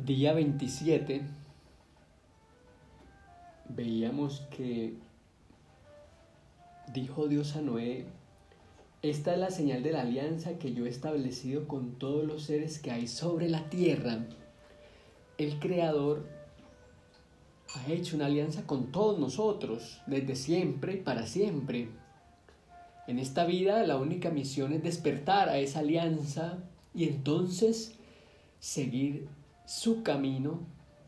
Día 27, veíamos que dijo Dios a Noé: esta es la señal de la alianza que yo he establecido con todos los seres que hay sobre la tierra. El Creador ha hecho una alianza con todos nosotros, desde siempre y para siempre. En esta vida la única misión es despertar a esa alianza y entonces seguir su camino.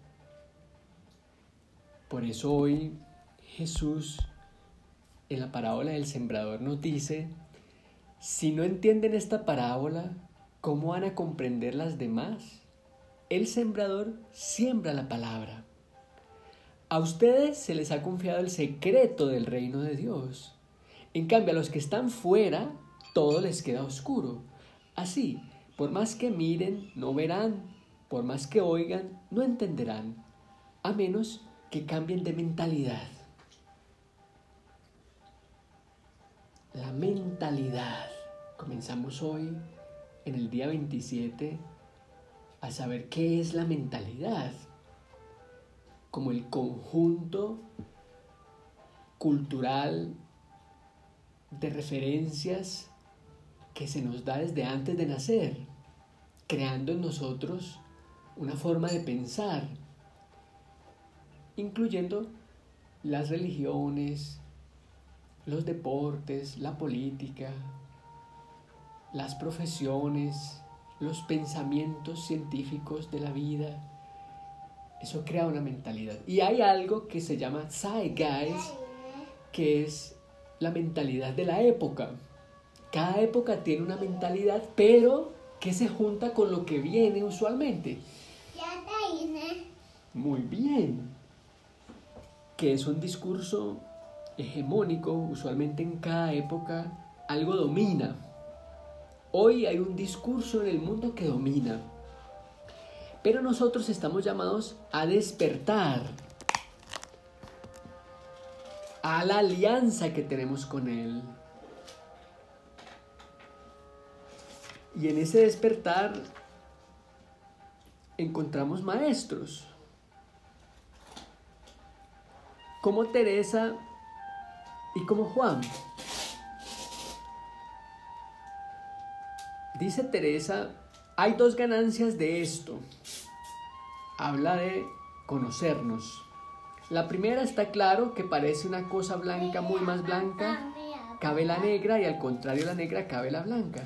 Por eso hoy Jesús en la parábola del sembrador nos dice: si no entienden esta parábola, ¿cómo van a comprender las demás? El sembrador siembra la palabra. A ustedes se les ha confiado el secreto del reino de Dios. En cambio, a los que están fuera, todo les queda oscuro. Así, por más que miren, no verán. Por más que oigan, no entenderán, a menos que cambien de mentalidad. La mentalidad. Comenzamos hoy, en el día 27, a saber qué es la mentalidad, como el conjunto cultural de referencias que se nos da desde antes de nacer, creando en nosotros una forma de pensar, incluyendo las religiones, los deportes, la política, las profesiones, los pensamientos científicos de la vida. Eso crea una mentalidad. Y hay algo que se llama Zeitgeist, que es la mentalidad de la época. Cada época tiene una mentalidad, pero que se junta con lo que viene usualmente. Muy bien. Que es un discurso hegemónico, usualmente en cada época algo domina. Hoy hay un discurso en el mundo que domina, pero nosotros estamos llamados a despertar a la alianza que tenemos con Él. Y en ese despertar encontramos maestros como Teresa y como Juan. Dice Teresa: hay dos ganancias de esto. Habla de conocernos. La primera, está claro que parece una cosa blanca, muy más blanca, cabe la negra, y al contrario la negra cabe la blanca.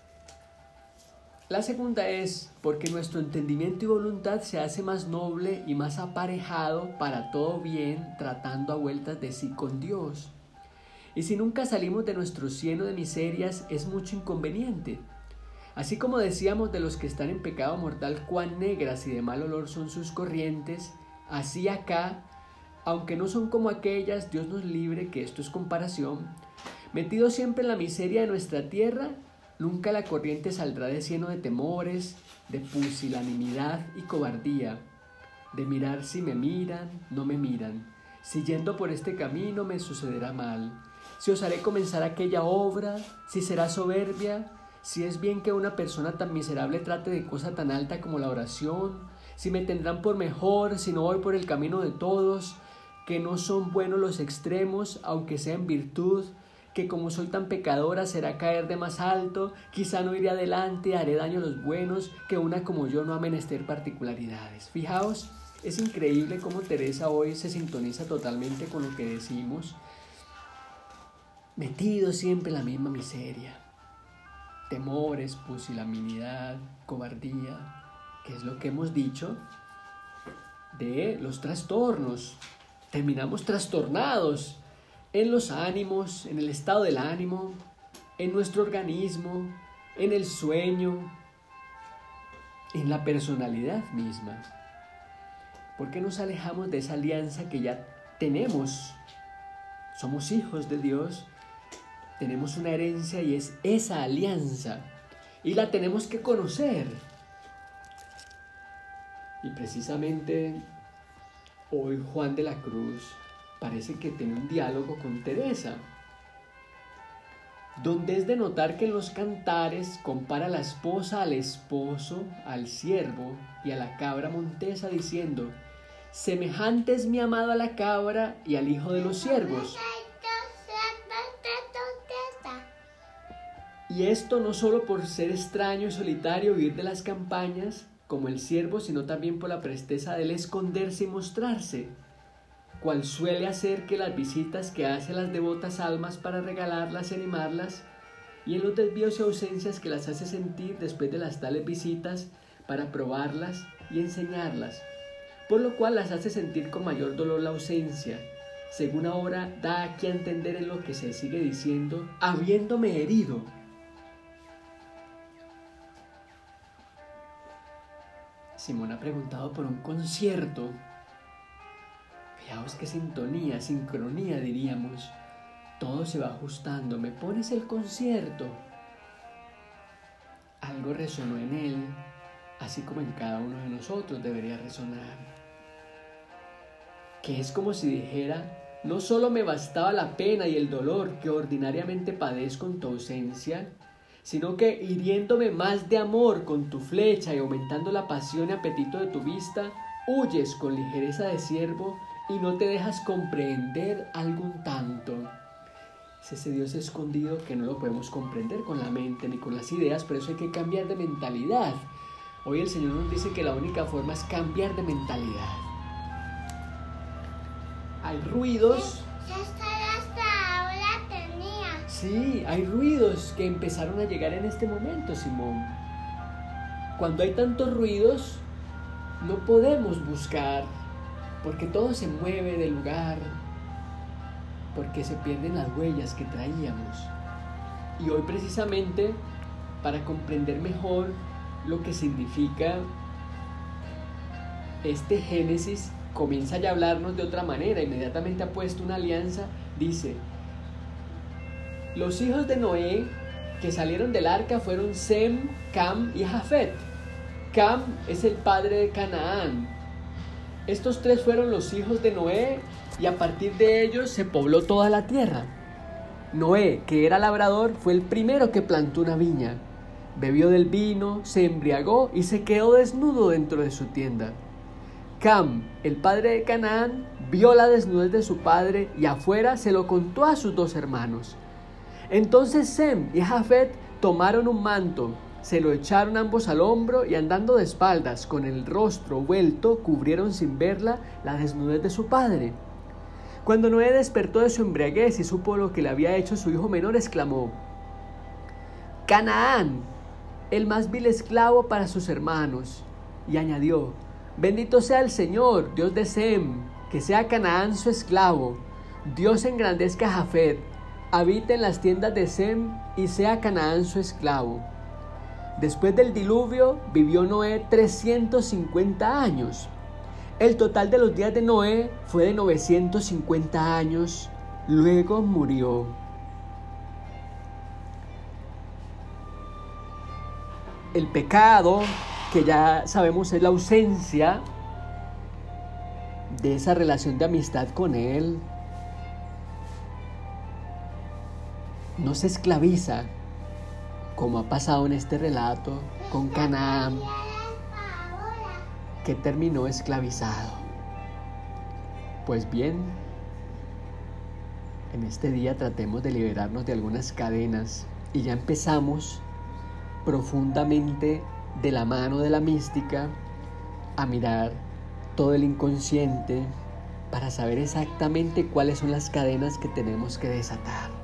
La segunda es porque nuestro entendimiento y voluntad se hace más noble y más aparejado para todo bien, tratando a vueltas de sí con Dios. Y si nunca salimos de nuestro cieno de miserias, es mucho inconveniente. Así como decíamos de los que están en pecado mortal, cuán negras y de mal olor son sus corrientes, así acá, aunque no son como aquellas, Dios nos libre, que esto es comparación, metidos siempre en la miseria de nuestra tierra, nunca la corriente saldrá de cieno de temores, de pusilanimidad y cobardía, de mirar si me miran, no me miran, si yendo por este camino me sucederá mal, si osaré comenzar aquella obra, si será soberbia, si es bien que una persona tan miserable trate de cosa tan alta como la oración, si me tendrán por mejor, si no voy por el camino de todos, que no son buenos los extremos, aunque sea en virtud, que como soy tan pecadora será caer de más alto, quizá no iré adelante, haré daño a los buenos, que una como yo no ha menester particularidades. Fijaos, es increíble cómo Teresa hoy se sintoniza totalmente con lo que decimos, metido siempre en la misma miseria, temores, pusilanimidad, cobardía, que es lo que hemos dicho de los trastornos. Terminamos trastornados en los ánimos, en el estado del ánimo, en nuestro organismo, en el sueño, en la personalidad misma. ¿Por qué nos alejamos de esa alianza que ya tenemos? Somos hijos de Dios, tenemos una herencia y es esa alianza, y la tenemos que conocer. Y precisamente hoy Juan de la Cruz parece que tiene un diálogo con Teresa. donde es de notar que en los cantares compara a la esposa al esposo, al siervo y a la cabra montesa, diciendo: semejante es mi amado a la cabra y al hijo de los siervos. Y esto no solo por ser extraño y solitario huir de las campañas, como el siervo, sino también por la presteza de él esconderse y mostrarse, cual suele hacer que las visitas que hace a las devotas almas para regalarlas y animarlas, y en los desvíos y ausencias que las hace sentir después de las tales visitas para probarlas y enseñarlas, por lo cual las hace sentir con mayor dolor la ausencia, según ahora da aquí a entender en lo que se sigue diciendo: habiéndome herido. Simón ha preguntado por un concierto. Fijaos qué sintonía, sincronía diríamos. Todo se va ajustando. ¿Me pones el concierto? Algo resonó en él, así como en cada uno de nosotros debería resonar. Que es como si dijera: no solo me bastaba la pena y el dolor que ordinariamente padezco en tu ausencia, sino que hiriéndome más de amor con tu flecha y aumentando la pasión y apetito de tu vista, huyes con ligereza de siervo y no te dejas comprehender algún tanto. Es ese Dios escondido que no lo podemos comprender con la mente ni con las ideas, por eso hay que cambiar de mentalidad. Hoy el Señor nos dice que la única forma es cambiar de mentalidad. Hay ruidos. Sí, hay ruidos que empezaron a llegar en este momento, Simón. Cuando hay tantos ruidos, no podemos buscar, porque todo se mueve del lugar, porque se pierden las huellas que traíamos. Y hoy precisamente, para comprender mejor lo que significa este Génesis, comienza ya a hablarnos de otra manera. Inmediatamente ha puesto una alianza, dice: los hijos de Noé que salieron del arca fueron Sem, Cam y Jafet. Cam es el padre de Canaán. Estos tres fueron los hijos de Noé y a partir de ellos se pobló toda la tierra. Noé, que era labrador, fue el primero que plantó una viña. Bebió del vino, se embriagó y se quedó desnudo dentro de su tienda. Cam, el padre de Canaán, vio la desnudez de su padre y afuera se lo contó a sus dos hermanos. Entonces Sem y Jafet tomaron un manto, se lo echaron ambos al hombro y andando de espaldas, con el rostro vuelto, cubrieron sin verla la desnudez de su padre. Cuando Noé despertó de su embriaguez y supo lo que le había hecho su hijo menor, exclamó: Canaán, el más vil esclavo para sus hermanos. Y añadió: bendito sea el Señor, Dios de Sem, que sea Canaán su esclavo. Dios engrandezca a Jafet, habita en las tiendas de Sem y sea Canaán su esclavo. Después del diluvio vivió Noé 350 años. El total de los días de Noé fue de 950 años. Luego murió. El pecado, que ya sabemos es la ausencia de esa relación de amistad con Él, no se esclaviza, como ha pasado en este relato con Canaán, que terminó esclavizado. Pues bien, en este día tratemos de liberarnos de algunas cadenas y ya empezamos profundamente de la mano de la mística a mirar todo el inconsciente para saber exactamente cuáles son las cadenas que tenemos que desatar.